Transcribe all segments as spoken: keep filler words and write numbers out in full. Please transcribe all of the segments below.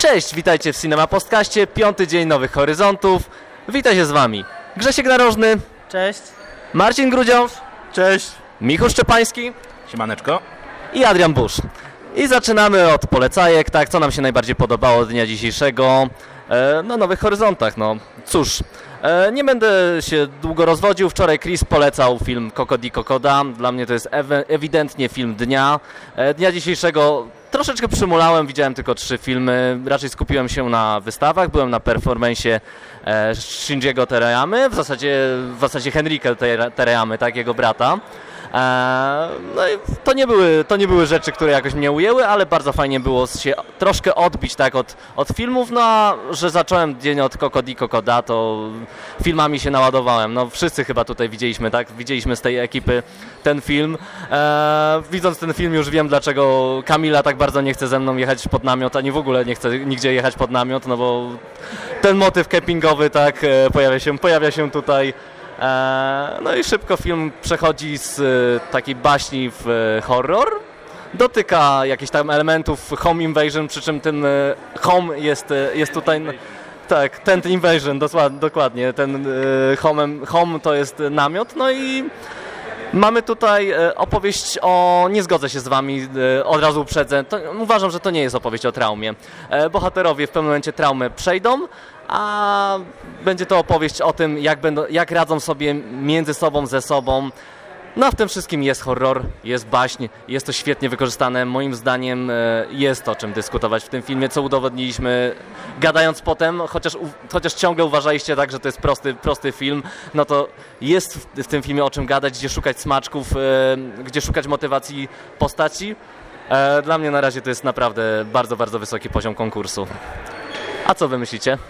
Cześć, witajcie w Cinema Postcaście, piąty dzień Nowych Horyzontów. Witaj się z wami Grzesiek Narożny. Cześć. Marcin Grudziąż. Cześć. Michał Szczepański. Siemaneczko. I Adrian Busz. I zaczynamy od polecajek, tak, co nam się najbardziej podobało dnia dzisiejszego e, na Nowych Horyzontach. No cóż, e, nie będę się długo rozwodził. Wczoraj Chris polecał film Cocody Cocoda. Dla mnie to jest ew- ewidentnie film dnia. E, dnia dzisiejszego troszeczkę przymulałem, widziałem tylko trzy filmy. Raczej skupiłem się na wystawach, byłem na performance'ie e, Shinjiego Terayamy, w zasadzie, w zasadzie Henrike Terayamy, tak, jego brata. No i to nie były, to nie były rzeczy, które jakoś mnie ujęły, ale bardzo fajnie było się troszkę odbić tak od, od filmów, no a że zacząłem dzień od Cocody Cocoda, to filmami się naładowałem. No wszyscy chyba tutaj widzieliśmy, tak? Widzieliśmy z tej ekipy ten film. Eee, widząc ten film już wiem, dlaczego Kamila tak bardzo nie chce ze mną jechać pod namiot, ani w ogóle nie chce nigdzie jechać pod namiot, no bo ten motyw kempingowy, tak, pojawia się, pojawia się tutaj. No i szybko film przechodzi z takiej baśni w horror. Dotyka jakichś tam elementów home invasion, przy czym ten home jest, jest tutaj... Tak, tent invasion, dokładnie. Ten home, home to jest namiot. No i mamy tutaj opowieść o... Nie zgodzę się z wami, od razu uprzedzę. To, uważam, że to nie jest opowieść o traumie. Bohaterowie w pewnym momencie traumę przejdą, a będzie to opowieść o tym, jak, będą, jak radzą sobie między sobą, ze sobą. No a w tym wszystkim jest horror, jest baśń, jest to świetnie wykorzystane. Moim zdaniem jest o czym dyskutować w tym filmie, co udowodniliśmy gadając potem, chociaż, chociaż ciągle uważaliście tak, że to jest prosty, prosty film, no to jest w, w tym filmie o czym gadać, gdzie szukać smaczków, gdzie szukać motywacji postaci. Dla mnie na razie to jest naprawdę bardzo, bardzo wysoki poziom konkursu. A co wy myślicie?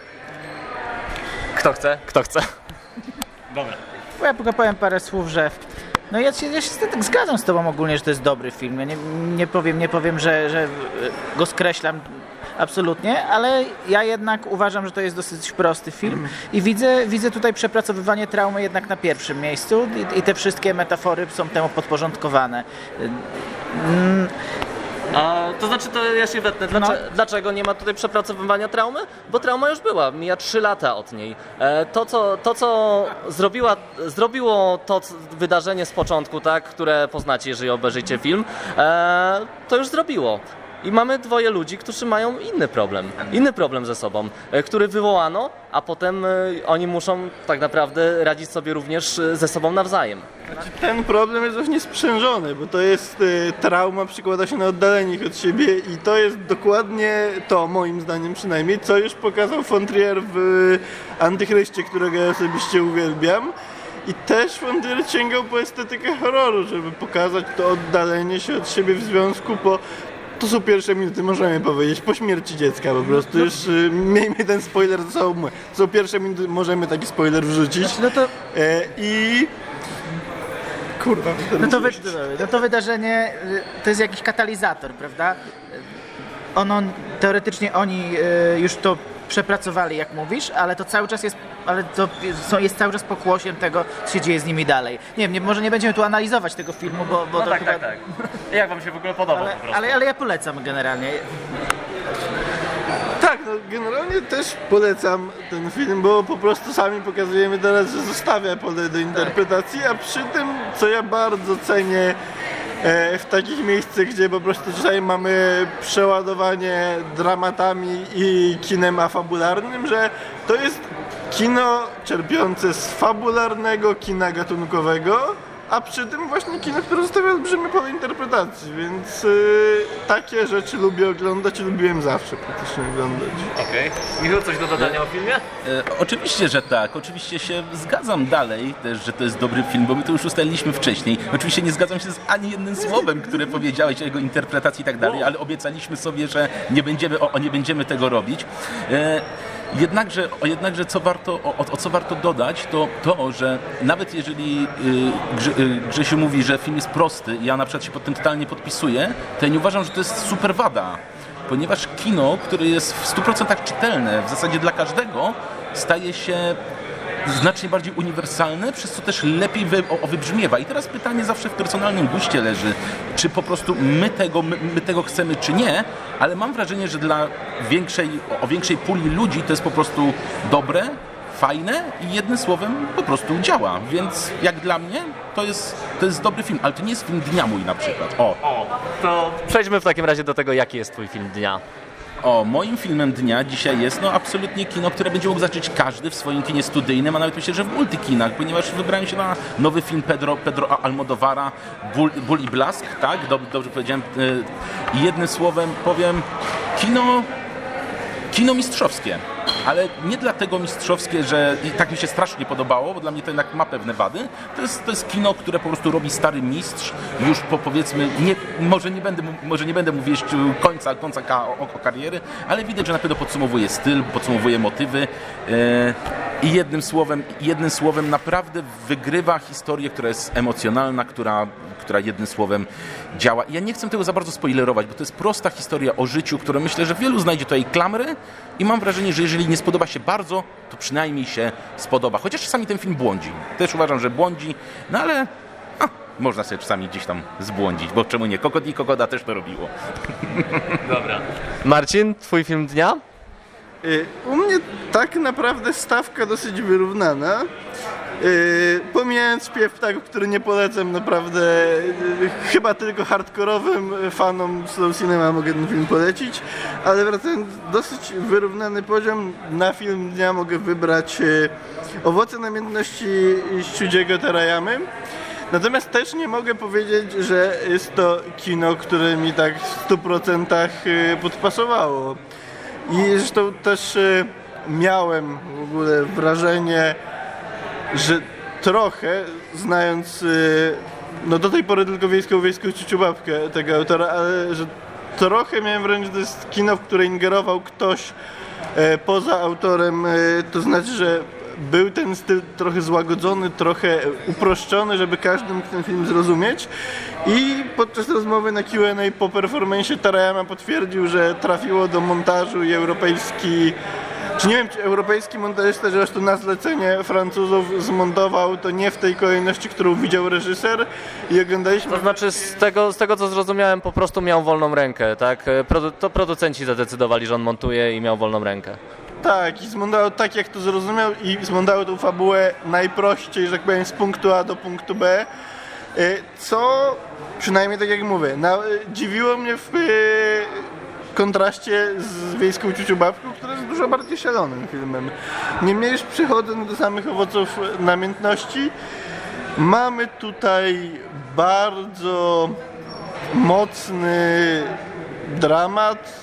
Kto chce? Kto chce? Dobra. Ja tylko powiem parę słów, że no ja się, ja się tak zgadzam z tobą ogólnie, że to jest dobry film. Ja nie, nie powiem, nie powiem, że, że go skreślam absolutnie, ale ja jednak uważam, że to jest dosyć prosty film i widzę, widzę tutaj przepracowywanie traumy jednak na pierwszym miejscu i, i te wszystkie metafory są temu podporządkowane. Mm. A, to znaczy, to ja się wetnę. Dlaczego, no. dlaczego nie ma tutaj przepracowywania traumy? Bo trauma już była, mija trzy lata od niej. E, to, co, to, co zrobiła, zrobiło to wydarzenie z początku, tak, które poznacie, jeżeli obejrzycie film, e, to już zrobiło. I mamy dwoje ludzi, którzy mają inny problem, inny problem ze sobą, który wywołano, a potem oni muszą tak naprawdę radzić sobie również ze sobą nawzajem. Ten problem jest właśnie sprzężony, bo to jest y, trauma, przykłada się na oddalenie ich od siebie i to jest dokładnie to, moim zdaniem przynajmniej, co już pokazał von Trier w Antychryście, którego ja osobiście uwielbiam. I też von Trier sięgał po estetykę horroru, żeby pokazać to oddalenie się od siebie w związku po... To są pierwsze minuty, możemy powiedzieć, po śmierci dziecka po prostu. No, już y, miejmy ten spoiler, to są, to są pierwsze minuty, możemy taki spoiler wrzucić. No to... E, I... Kurwa, no to, wy, no to wydarzenie to jest jakiś katalizator, prawda? Ono, teoretycznie oni y, już to przepracowali, jak mówisz, ale to cały czas jest, ale to jest cały czas pokłosiem tego, co się dzieje z nimi dalej. Nie wiem, nie, może nie będziemy tu analizować tego filmu, bo, bo no to tak, chyba... tak, tak. Jak wam się w ogóle podoba ale, po prostu? Ale, ale ja polecam generalnie. Tak, no generalnie też polecam ten film, bo po prostu sami pokazujemy teraz, że zostawia pole do interpretacji, a przy tym, co ja bardzo cenię w takich miejscach, gdzie po prostu dzisiaj mamy przeładowanie dramatami i kinem afabularnym, że to jest kino czerpiące z fabularnego kina gatunkowego, a przy tym właśnie kino, które zostawia olbrzymie pole interpretacji, więc yy, takie rzeczy lubię oglądać i lubiłem zawsze praktycznie oglądać. Okej. Okay. Michał, coś do dodania o filmie? E, oczywiście, że tak. Oczywiście się zgadzam dalej też, że to jest dobry film, bo my to już ustaliliśmy wcześniej. Oczywiście nie zgadzam się z ani jednym słowem, które powiedziałeś o jego interpretacji i tak dalej, ale obiecaliśmy sobie, że nie będziemy, o, nie będziemy tego robić. E, Jednakże, jednakże co warto, o, o co warto dodać, to to, że nawet jeżeli y, Grze, y, Grzesiu mówi, że film jest prosty, ja na przykład się pod tym totalnie podpisuję, to ja nie uważam, że to jest super wada, ponieważ kino, które jest w stu procentach czytelne, w zasadzie dla każdego, staje się znacznie bardziej uniwersalne, przez co też lepiej wy, o, o wybrzmiewa. I teraz pytanie zawsze w personalnym guście leży, czy po prostu my tego, my, my tego chcemy, czy nie, ale mam wrażenie, że dla większej, o, o większej puli ludzi to jest po prostu dobre, fajne i jednym słowem po prostu działa. Więc jak dla mnie to jest, to jest dobry film, ale to nie jest film dnia mój na przykład. O, O, to przejdźmy w takim razie do tego, jaki jest twój film dnia. O, moim filmem dnia dzisiaj jest no absolutnie kino, które będzie mógł zobaczyć każdy w swoim kinie studyjnym, a nawet myślę, że w multikinach, ponieważ wybrałem się na nowy film Pedro, Pedro Almodovara, Ból, Ból i Blask, tak? Dob, dobrze powiedziałem. I jednym słowem powiem, kino, kino mistrzowskie. Ale nie dlatego mistrzowskie, że i tak mi się strasznie podobało, bo dla mnie to jednak ma pewne wady. To jest, to jest kino, które po prostu robi stary mistrz, już po powiedzmy, nie, może, nie będę, może nie będę mówić końca, końca ka, o, o kariery, ale widać, że na pewno podsumowuje styl, podsumowuje motywy e, i jednym słowem, jednym słowem naprawdę wygrywa historię, która jest emocjonalna, która, która jednym słowem działa. I ja nie chcę tego za bardzo spoilerować, bo to jest prosta historia o życiu, która myślę, że wielu znajdzie tutaj klamry i mam wrażenie, że jeżeli nie spodoba się bardzo, to przynajmniej się spodoba. Chociaż czasami ten film błądzi. Też uważam, że błądzi, no ale a, można sobie czasami gdzieś tam zbłądzić, bo czemu nie? Kokot i Kokoda też to robiło. Dobra. Marcin, twój film dnia? U mnie tak naprawdę stawka dosyć wyrównana. Yy, pomijając Śpiew ptaków, który nie polecam naprawdę, yy, chyba tylko hardkorowym fanom slow cinema mogę ten film polecić, ale wracając, dosyć wyrównany poziom. Na film dnia mogę wybrać yy, Owoce namiętności Shujiego Terayamy. Natomiast też nie mogę powiedzieć, że jest to kino, które mi tak w stu procentach podpasowało. I zresztą też yy, miałem w ogóle wrażenie, że trochę, znając no do tej pory tylko Wiejską Wiejską Ciuciubabkę tego autora, ale że trochę miałem wrażenie, że to jest kino, w które ingerował ktoś e, poza autorem, e, to znaczy, że był ten styl trochę złagodzony, trochę uproszczony, żeby każdy mógł ten film zrozumieć. I podczas rozmowy na Q and A po performance'ie Terayama potwierdził, że trafiło do montażu i europejski Czy nie wiem, czy europejski montażysta, że zresztą na zlecenie Francuzów zmontował to nie w tej kolejności, którą widział reżyser i oglądaliśmy... To znaczy z tego, z tego co zrozumiałem, po prostu miał wolną rękę, tak? Produ- to producenci zadecydowali, że on montuje i miał wolną rękę. Tak, i zmontował tak, jak to zrozumiał i zmontował tą fabułę najprościej, że tak powiem, z punktu A do punktu B, co przynajmniej tak jak mówię, na, dziwiło mnie w kontraście z Wiejską Ciuciubabką, która jest dużo bardziej szalonym filmem. Niemniej już przechodząc do samych Owoców namiętności, mamy tutaj bardzo mocny dramat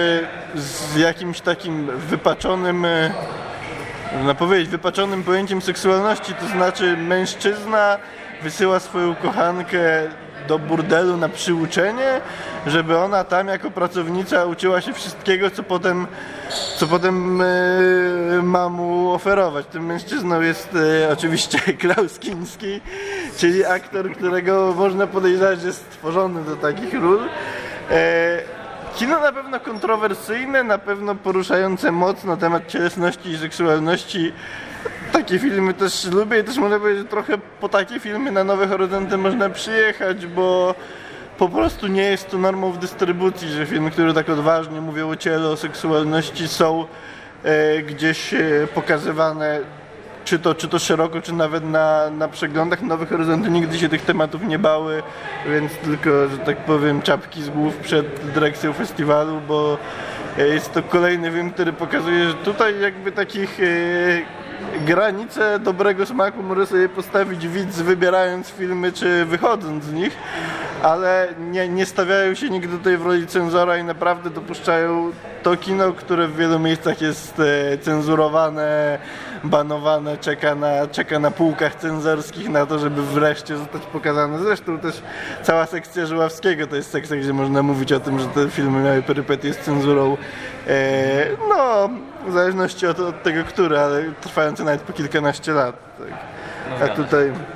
z jakimś takim wypaczonym, można powiedzieć, wypaczonym pojęciem seksualności, to znaczy mężczyzna wysyła swoją kochankę do burdelu na przyuczenie, żeby ona tam jako pracownica uczyła się wszystkiego, co potem, co potem yy, ma mu oferować. Tym mężczyzną jest yy, oczywiście Klaus Kinski, czyli aktor, którego można podejrzewać, że jest stworzony do takich ról. Yy, Kino na pewno kontrowersyjne, na pewno poruszające mocno temat cielesności i seksualności. Takie filmy też lubię i też można powiedzieć, że trochę po takie filmy na Nowe Horyzonty można przyjechać, bo po prostu nie jest to normą w dystrybucji, że filmy, które tak odważnie mówią o ciele, o seksualności, są e, gdzieś e, pokazywane czy to, czy to szeroko, czy nawet na, na przeglądach. Nowe Horyzonty nigdy się tych tematów nie bały, więc tylko, że tak powiem, czapki z głów przed dyrekcją festiwalu, bo jest to kolejny film, który pokazuje, że tutaj jakby takich e, granice dobrego smaku może sobie postawić widz, wybierając filmy czy wychodząc z nich, ale nie, nie stawiają się nigdy tutaj w roli cenzora i naprawdę dopuszczają to kino, które w wielu miejscach jest e, cenzurowane, banowane, czeka na, czeka na półkach cenzorskich na to, żeby wreszcie zostać pokazane. Zresztą też cała sekcja Żuławskiego to jest sekcja, gdzie można mówić o tym, że te filmy miały perypetie z cenzurą. E, no, w zależności od, od tego, które, ale trwające nawet po kilkanaście lat. Tak. A tutaj...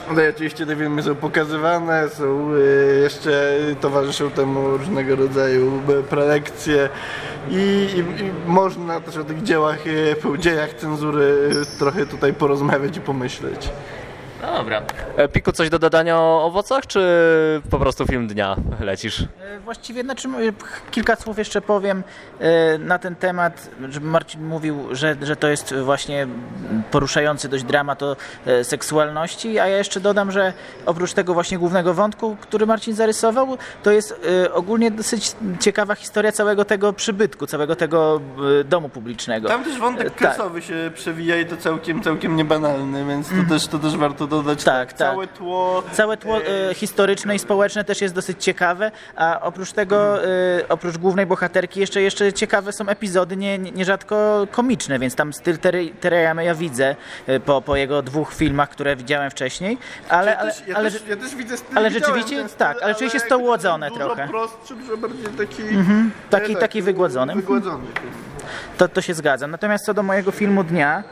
No i oczywiście te filmy są pokazywane, są e, jeszcze towarzyszą temu różnego rodzaju e, prelekcje i, i, i można też o tych dziełach, e, dziejach cenzury e, trochę tutaj porozmawiać i pomyśleć. No dobra. E, Piku, coś do dodania o owocach, czy po prostu film dnia lecisz? E, Właściwie, znaczy, mówię, kilka słów jeszcze powiem e, na ten temat, żeby Marcin mówił, że, że to jest właśnie poruszający dość dramat o e, seksualności, a ja jeszcze dodam, że oprócz tego właśnie głównego wątku, który Marcin zarysował, to jest e, ogólnie dosyć ciekawa historia całego tego przybytku, całego tego e, domu publicznego. Tam też wątek E, tak. klasowy się przewija i to całkiem, całkiem niebanalny, więc to, też, to też warto dodać. Tak, Całe tak. tło... Całe tło e, historyczne i społeczne też jest dosyć ciekawe, a oprócz tego, e, oprócz głównej bohaterki jeszcze, jeszcze ciekawe są epizody nie, nie, nierzadko komiczne, więc tam styl Terry- Terry'a ja widzę e, po, po jego dwóch filmach, które widziałem wcześniej, ale, Ja ale, też, ja ale, też, ja też widzę styl, ale widziałem rzeczywiście ten styl, tak, ale rzeczywiście jest to jakoś ułodzone dużo trochę. prostszy, dużo bardziej taki... taki- e, taki wygładzony. Wygładzony. To, to się zgadza. Natomiast co do mojego filmu dnia,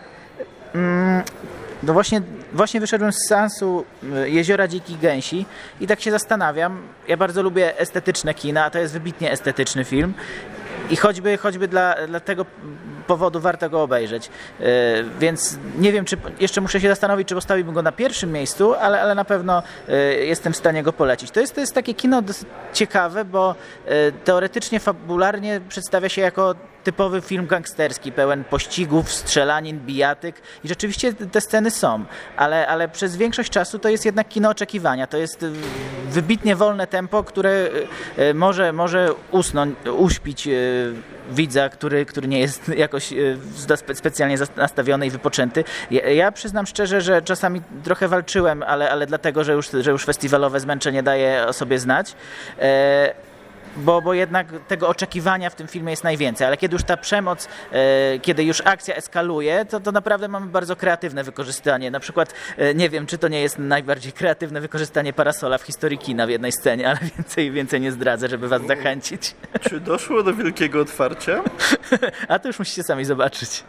mm, no właśnie, właśnie wyszedłem z seansu y, Jeziora Dzikich Gęsi i tak się zastanawiam. Ja bardzo lubię estetyczne kina, a to jest wybitnie estetyczny film. I choćby, choćby dla, dla tego powodu warto go obejrzeć. Yy, więc nie wiem, czy jeszcze muszę się zastanowić, czy postawiłbym go na pierwszym miejscu, ale, ale na pewno yy, jestem w stanie go polecić. To jest, to jest takie kino dosyć ciekawe, bo yy, teoretycznie, fabularnie przedstawia się jako typowy film gangsterski, pełen pościgów, strzelanin, bijatyk i rzeczywiście te sceny są, ale, ale przez większość czasu to jest jednak kino oczekiwania. To jest y, wybitnie wolne tempo, które y, y, może, może usnąć, uśpić y, widza, który, który nie jest jakoś y, spe- specjalnie zas- nastawiony i wypoczęty. Ja, ja przyznam szczerze, że czasami trochę walczyłem, ale, ale dlatego, że już, że już festiwalowe zmęczenie daje o sobie znać. E, Bo, bo jednak tego oczekiwania w tym filmie jest najwięcej, ale kiedy już ta przemoc, e, kiedy już akcja eskaluje, to, to naprawdę mamy bardzo kreatywne wykorzystanie. Na przykład, e, nie wiem, czy to nie jest najbardziej kreatywne wykorzystanie parasola w historii kina w jednej scenie, ale więcej więcej nie zdradzę, żeby was zachęcić. Czy doszło do wielkiego otwarcia? A to już musicie sami zobaczyć.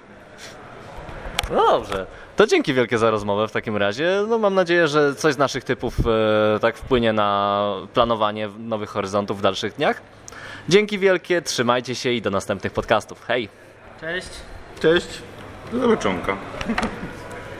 No dobrze. To dzięki wielkie za rozmowę w takim razie. No mam nadzieję, że coś z naszych typów e, tak wpłynie na planowanie nowych horyzontów w dalszych dniach. Dzięki wielkie, trzymajcie się i do następnych podcastów. Hej! Cześć! Cześć. Do zobaczonka.